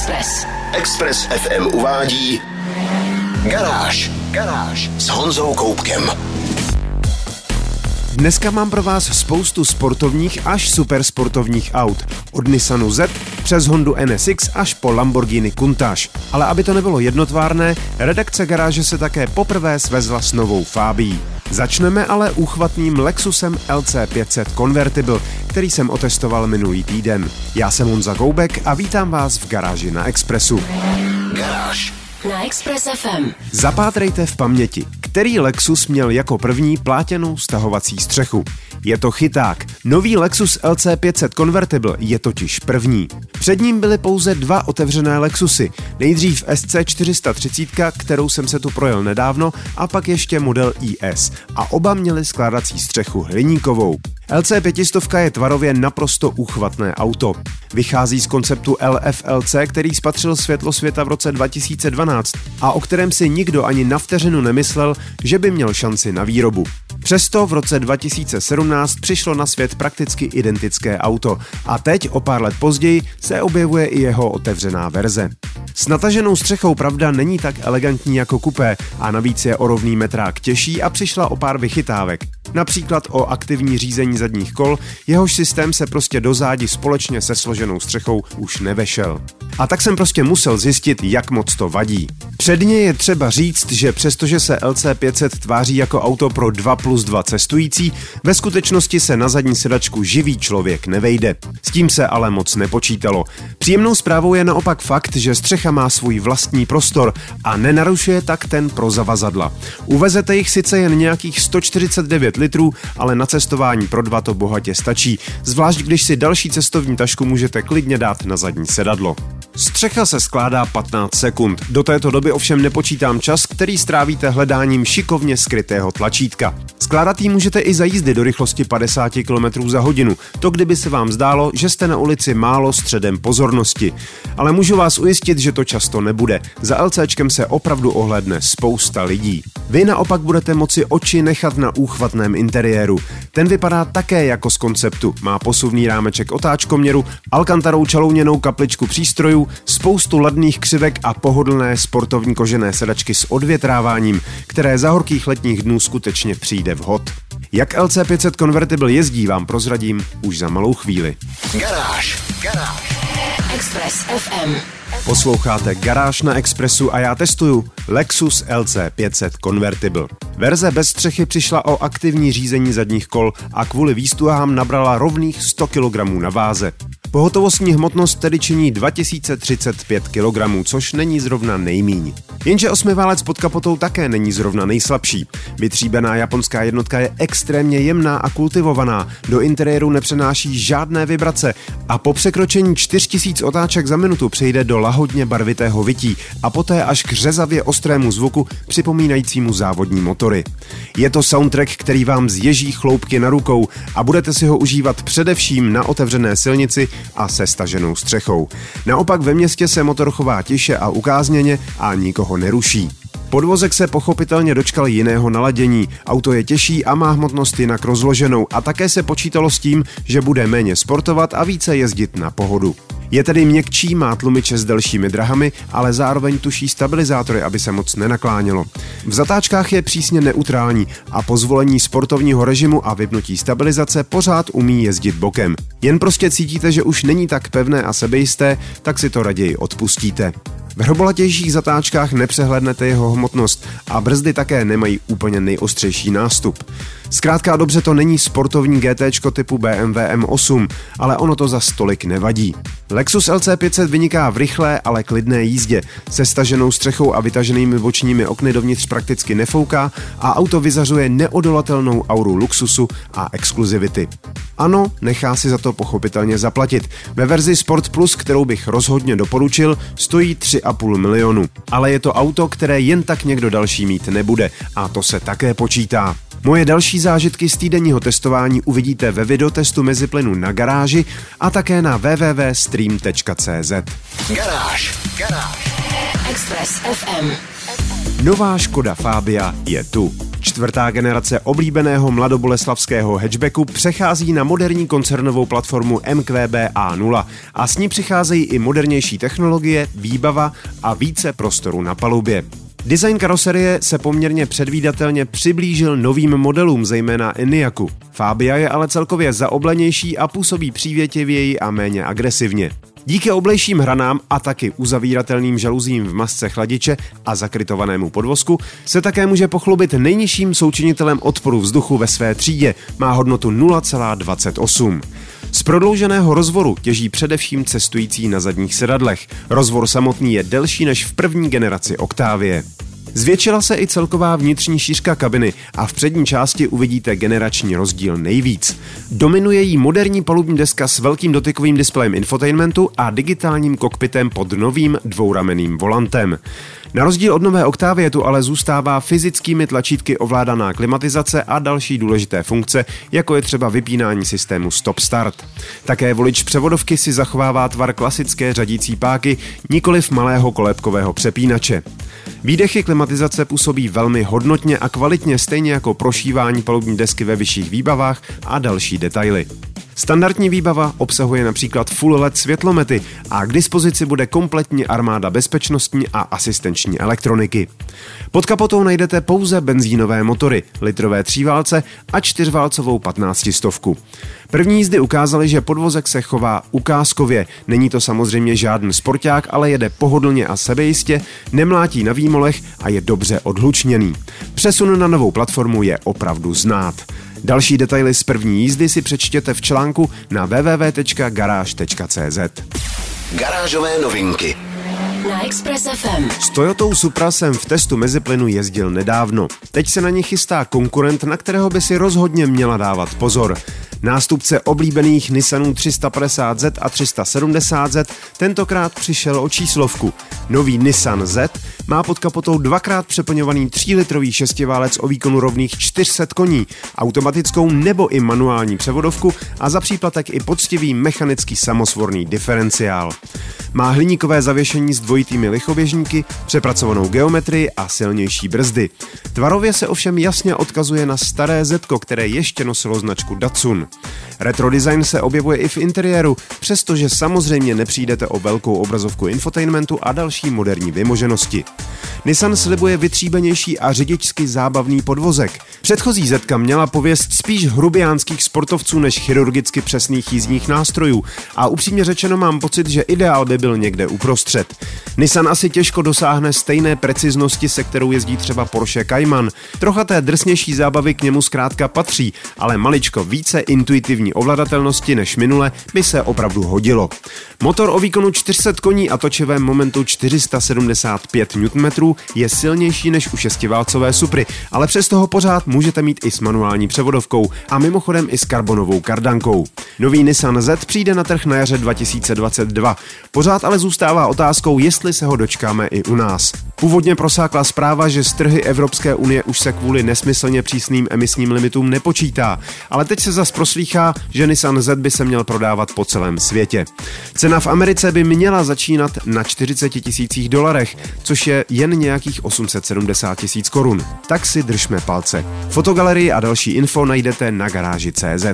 Express. Express FM uvádí Garáž s Honzou Koubkem. Dneska mám pro vás spoustu sportovních až supersportovních aut. Od Nissanu Z přes Hondu NSX až po Lamborghini Countach. Ale aby to nebylo jednotvárné, redakce Garáže se také poprvé svezla s novou Fabií. Začneme ale úchvatným Lexusem LC500 Convertible, který jsem otestoval minulý týden. Já jsem Honza Koubek a vítám vás v Garáži na Expressu. Garáž Na Express FM. Zapátrejte v paměti, který Lexus měl jako první plátěnou stahovací střechu. Je to chyták. Nový Lexus LC500 Convertible je totiž první. Před ním byly pouze dva otevřené Lexusy. Nejdřív SC430, kterou jsem se tu projel nedávno, a pak ještě model IS. A oba měli skládací střechu hliníkovou. LC500 je tvarově naprosto úchvatné auto. Vychází z konceptu LFLC, který spatřil světlo světa v roce 2012 a o kterém si nikdo ani na vteřinu nemyslel, že by měl šanci na výrobu. Přesto v roce 2017 přišlo na svět prakticky identické auto a teď, o pár let později, se objevuje i jeho otevřená verze. S nataženou střechou pravda není tak elegantní jako kupé a navíc je o rovný metrák těžší a přišla o pár vychytávek. Například o aktivní řízení zadních kol, jehož systém se prostě do zádi společně se složenou střechou už nevešel. A tak jsem prostě musel zjistit, jak moc to vadí. Předně je třeba říct, že přestože se LC500 tváří jako auto pro 2+2 cestující, ve skutečnosti se na zadní sedačku živý člověk nevejde. S tím se ale moc nepočítalo. Příjemnou zprávou je naopak fakt, že střecha má svůj vlastní prostor a nenarušuje tak ten pro zavazadla. Uvezete jich sice jen nějakých 149 litrů, ale na cestování pro dva to bohatě stačí, zvlášť když si další cestovní tašku můžete klidně dát na zadní sedadlo. Střecha se skládá 15 sekund. Do této doby ovšem nepočítám čas, který strávíte hledáním šikovně skrytého tlačítka. Skládat ji můžete i za jízdy do rychlosti 50 km za hodinu. To kdyby se vám zdálo, že jste na ulici málo středem pozornosti. Ale můžu vás ujistit, že to často nebude. Za LCčkem se opravdu ohlédne spousta lidí. Vy naopak budete moci oči nechat na úchvatném interiéru. Ten vypadá také jako z konceptu. Má posuvný rámeček otáčkoměru, alkantarou čalouněnou kapličku přístrojů, spoustu ladných křivek a pohodlné sportovní kožené sedačky s odvětráváním, které za horkých letních dnů skutečně přijde vhod. Jak LC500 Convertible jezdí, vám prozradím už za malou chvíli. Garáž Express FM. Posloucháte Garáž na Expressu a já testuju Lexus LC500 Convertible. Verze bez střechy přišla o aktivní řízení zadních kol a kvůli výstuhám nabrala rovných 100 kg na váze. Pohotovostní hmotnost tedy činí 2035 kg, což není zrovna nejmíň. Jenže osmiválec pod kapotou také není zrovna nejslabší. Vytříbená japonská jednotka je extrémně jemná a kultivovaná, do interiéru nepřenáší žádné vibrace a po překročení 4000 otáček za minutu přejde do lahodně barvitého vytí a poté až k řezavě ostrému zvuku připomínajícímu závodní motory. Je to soundtrack, který vám zježí chloupky na rukou a budete si ho užívat především na otevřené silnici a se staženou střechou. Naopak ve městě se motor chová tiše a ukázněně a nikoho neruší. Podvozek se pochopitelně dočkal jiného naladění, auto je těžší a má hmotnost jinak rozloženou a také se počítalo s tím, že bude méně sportovat a více jezdit na pohodu. Je tedy měkčí, má tlumiče s delšími drahami, ale zároveň tuší stabilizátory, aby se moc nenaklánělo. V zatáčkách je přísně neutrální a po zvolení sportovního režimu a vypnutí stabilizace pořád umí jezdit bokem. Jen prostě cítíte, že už není tak pevné a sebejisté, tak si to raději odpustíte. V hrobolatějších zatáčkách nepřehlednete jeho hmotnost a brzdy také nemají úplně nejostřejší nástup. Zkrátka dobře to není sportovní GTčko typu BMW M8, ale ono to za stolik nevadí. Lexus LC500 vyniká v rychlé, ale klidné jízdě. Se staženou střechou a vytaženými bočními okny dovnitř prakticky nefouká a auto vyzařuje neodolatelnou auru luxusu a exkluzivity. Ano, nechá si za to pochopitelně zaplatit. Ve verzi Sport Plus, kterou bych rozhodně doporučil, stojí 3,5 milionu. Ale je to auto, které jen tak někdo další mít nebude a to se také počítá. Moje další zážitky z týdenního testování uvidíte ve videotestu Meziplynu na Garáži a také na www.stream.cz. Garáž Express FM. Nová Škoda Fabia je tu. Čtvrtá generace oblíbeného mladoboleslavského hatchbacku přechází na moderní koncernovou platformu MQB A0 a s ní přicházejí i modernější technologie, výbava a více prostoru na palubě. Design karoserie se poměrně předvídatelně přiblížil novým modelům, zejména Enyaqu. Fabia je ale celkově zaoblenější a působí přívětivěji a méně agresivně. Díky oblejším hranám a taky uzavíratelným žaluzím v masce chladiče a zakrytovanému podvozku se také může pochlubit nejnižším součinitelem odporu vzduchu ve své třídě, má hodnotu 0,28. Z prodlouženého rozvoru těží především cestující na zadních sedadlech. Rozvor samotný je delší než v první generaci Octavie. Zvětšila se i celková vnitřní šířka kabiny a v přední části uvidíte generační rozdíl nejvíc. Dominuje jí moderní palubní deska s velkým dotykovým displejem infotainmentu a digitálním kokpitem pod novým dvouramenným volantem. Na rozdíl od nové Octavie tu ale zůstává fyzickými tlačítky ovládaná klimatizace a další důležité funkce, jako je třeba vypínání systému stop-start. Také volič převodovky si zachovává tvar klasické řadící páky, nikoliv malého kolébkového přepínače. Výdechy klimatizace působí velmi hodnotně a kvalitně, stejně jako prošívání palubní desky ve vyšších výbavách a další detaily. Standardní výbava obsahuje například full LED světlomety a k dispozici bude kompletní armáda bezpečnostní a asistenční elektroniky. Pod kapotou najdete pouze benzínové motory, litrové tříválce a čtyřválcovou 1500. První jízdy ukázaly, že podvozek se chová ukázkově. Není to samozřejmě žádný sporták, ale jede pohodlně a sebejistě, nemlátí na výmolech a je dobře odhlučněný. Přesun na novou platformu je opravdu znát. Další detaily z první jízdy si přečtěte v článku na www.garage.cz. Garážové novinky na Express FM. S Toyotou Supra jsem v testu meziplynu jezdil nedávno. Teď se na ní chystá konkurent, na kterého by si rozhodně měla dávat pozor. Nástupce oblíbených Nissanů 350Z a 370Z tentokrát přišel o číslovku. Nový Nissan Z má pod kapotou dvakrát přeplňovaný 3-litrový šestiválec o výkonu rovných 400 koní, automatickou nebo i manuální převodovku a za příplatek i poctivý mechanický samosvorný diferenciál. Má hliníkové zavěšení s dvojitými lichoběžníky, přepracovanou geometrii a silnější brzdy. Tvarově se ovšem jasně odkazuje na staré Zetko, které ještě nosilo značku Datsun. Retro design se objevuje i v interiéru, přestože samozřejmě nepřijdete o velkou obrazovku infotainmentu a další moderní vymoženosti. Nissan slibuje vytříbenější a řidičsky zábavný podvozek. Předchozí Zetka měla pověst spíš hrubiánských sportovců než chirurgicky přesných jízdních nástrojů a upřímně řečeno mám pocit, že ideál by byl někde uprostřed. Nissan asi těžko dosáhne stejné preciznosti, se kterou jezdí třeba Porsche Cayman. Trocha té drsnější zábavy k němu zkrátka patří, ale maličko více intuitivní ovladatelnosti než minule by se opravdu hodilo. Motor o výkonu 400 koní a točivém momentu 475 Nm je silnější než u šestiválcové Supry, ale přesto ho pořád můžete mít i s manuální převodovkou a mimochodem i s karbonovou kardankou. Nový Nissan Z přijde na trh na jaře 2022. Pořád ale zůstává otázkou, jestli se ho dočkáme i u nás. Původně prosákla zpráva, že s trhy Evropské unie už se kvůli nesmyslně přísným emisním limitům nepočítá, ale teď se zas proslýchá, že Nissan Z by se měl prodávat po celém světě. Cena v Americe by měla začínat na $40,000, což je jen nějakých 870 000 korun. Tak si držme palce. Fotogalerii a další info najdete na garáži.cz.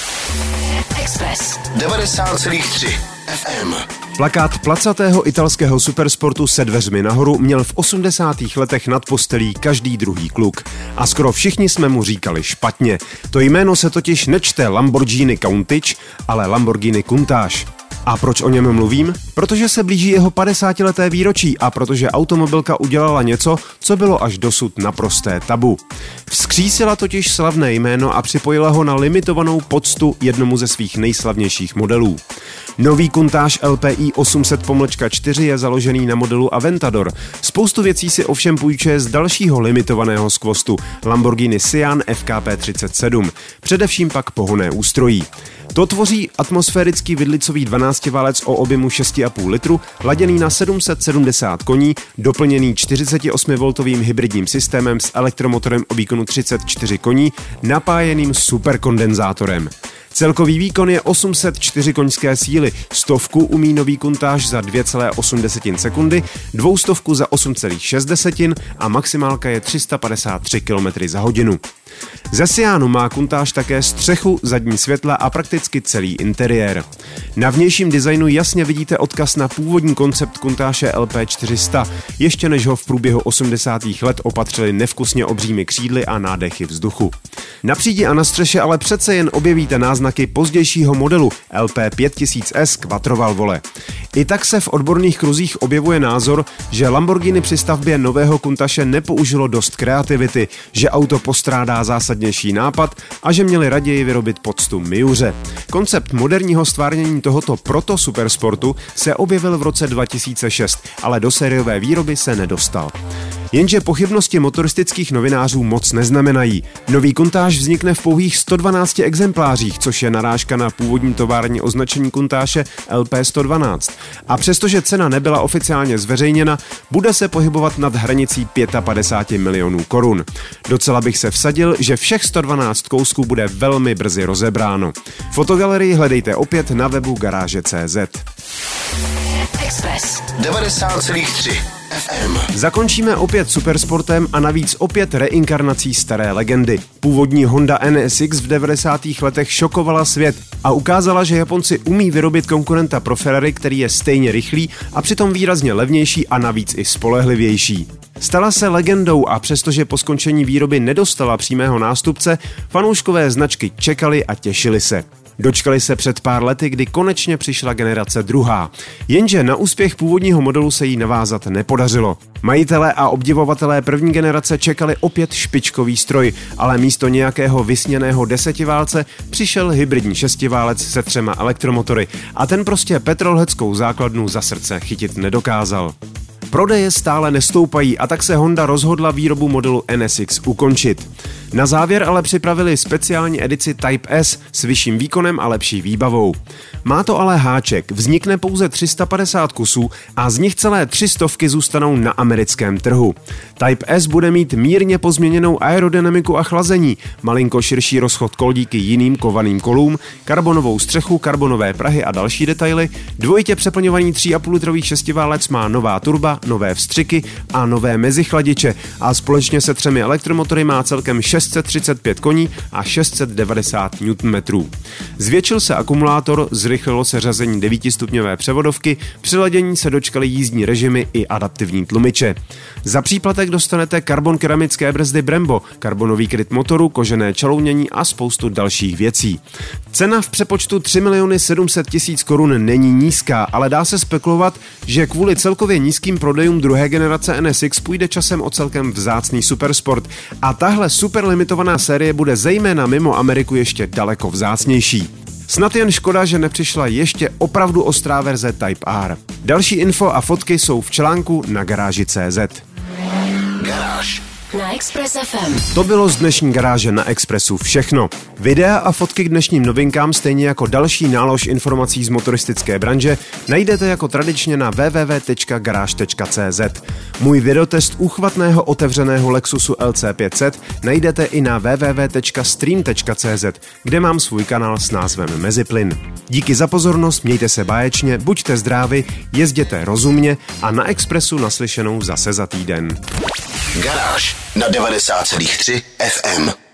Express 90,3 FM. Plakát placatého italského supersportu se dveřmi nahoru měl v 80. letech nad postelí každý druhý kluk. A skoro všichni jsme mu říkali špatně. To jméno se totiž nečte Lamborghini Countach, ale Lamborghini Countach. A proč o něm mluvím? Protože se blíží jeho 50leté výročí a protože automobilka udělala něco, co bylo až dosud naprosté tabu. Vzkřísila totiž slavné jméno a připojila ho na limitovanou poctu jednomu ze svých nejslavnějších modelů. Nový Countach LPI 800-4 je založený na modelu Aventador. Spoustu věcí si ovšem půjčuje z dalšího limitovaného skvostu Lamborghini Sian FKP37, především pak pohonné ústrojí. To tvoří atmosférický vidlicový 12-válec o objemu 6,5 litru, laděný na 770 koní, doplněný 48V hybridním systémem s elektromotorem o výkonu 34 koní, napájeným superkondenzátorem. Celkový výkon je 804 koňské síly, 100 umí nový Countach za 2,8 sekundy, 200 za 8,6 a maximálka je 353 km za hodinu. Ze Sianu má Countach také střechu, zadní světla a prakticky celý interiér. Na vnějším designu jasně vidíte odkaz na původní koncept Countache LP400, ještě než ho v průběhu 80. let opatřili nevkusně obřími křídly a nádechy vzduchu. Na přídi a na střeše ale přece jen objevíte náznaky pozdějšího modelu LP5000S Quattrovalvole. I tak se v odborných kruzích objevuje názor, že Lamborghini při stavbě nového Countache nepoužilo dost kreativity, že auto postrádá zásadnější nápad a že měli raději vyrobit poctu Miuře. Koncept moderního stvárnění tohoto proto supersportu se objevil v roce 2006, ale do sériové výroby se nedostal. Jenže pochybnosti motoristických novinářů moc neznamenají. Nový Countach vznikne v pouhých 112 exemplářích, což je narážka na původní tovární označení Countache LP112. A přestože cena nebyla oficiálně zveřejněna, bude se pohybovat nad hranicí 55 milionů korun. Docela bych se vsadil, že všech 112 kousků bude velmi brzy rozebráno. Fotogalerii hledejte opět na webu garáže.cz. Express 90,3 FM. Zakončíme opět supersportem a navíc opět reinkarnací staré legendy. Původní Honda NSX v 90. letech šokovala svět a ukázala, že Japonci umí vyrobit konkurenta pro Ferrari, který je stejně rychlý a přitom výrazně levnější a navíc i spolehlivější. Stala se legendou a přestože po skončení výroby nedostala přímého nástupce, fanouškové značky čekali a těšili se. Dočkali se před pár lety, kdy konečně přišla generace druhá. Jenže na úspěch původního modelu se jí navázat nepodařilo. Majitelé a obdivovatelé první generace čekali opět špičkový stroj, ale místo nějakého vysněného desetiválce přišel hybridní šestiválec se 3 elektromotory a ten prostě petrolheckou základnu za srdce chytit nedokázal. Prodeje stále nestoupají a tak se Honda rozhodla výrobu modelu NSX ukončit. Na závěr ale připravili speciální edici Type S s vyšším výkonem a lepší výbavou. Má to ale háček, vznikne pouze 350 kusů a z nich celé 300 zůstanou na americkém trhu. Type S bude mít mírně pozměněnou aerodynamiku a chlazení, malinko širší rozchod kol díky jiným kovaným kolům, karbonovou střechu, karbonové prahy a další detaily, dvojitě přeplňovaný 3,5 litrový šestiválec má nová turba, nové vstřiky a nové mezichladiče a společně se 3 elektromotory má celkem 635 koní a 690 Nm. Zvětšil se akumulátor, zrychlilo se řazení 9stupňové převodovky, při ladění se dočkaly jízdní režimy i adaptivní tlumiče. Za příplatek dostanete karbon keramické brzdy Brembo, karbonový kryt motoru, kožené čalounění a spoustu dalších věcí. Cena v přepočtu 3 700 000 korun není nízká, ale dá se spekulovat, že kvůli celkově nízkým prodejům druhé generace NSX půjde časem o celkem vzácný supersport a tahle superlimitovaná série bude zejména mimo Ameriku ještě daleko vzácnější. Snad jen škoda, že nepřišla ještě opravdu ostrá verze Type R. Další info a fotky jsou v článku na garáži.cz. Garáž na Express FM. To bylo z dnešní garáže na Expressu všechno. Videa a fotky k dnešním novinkám, stejně jako další nálož informací z motoristické branže, najdete jako tradičně na www.garage.cz. Můj videotest úchvatného otevřeného Lexusu LC500 najdete i na www.stream.cz, kde mám svůj kanál s názvem Meziplyn. Díky za pozornost, mějte se báječně, buďte zdraví, jezděte rozumně a na Expressu naslyšenou zase za týden. Garáž na 90,3 FM.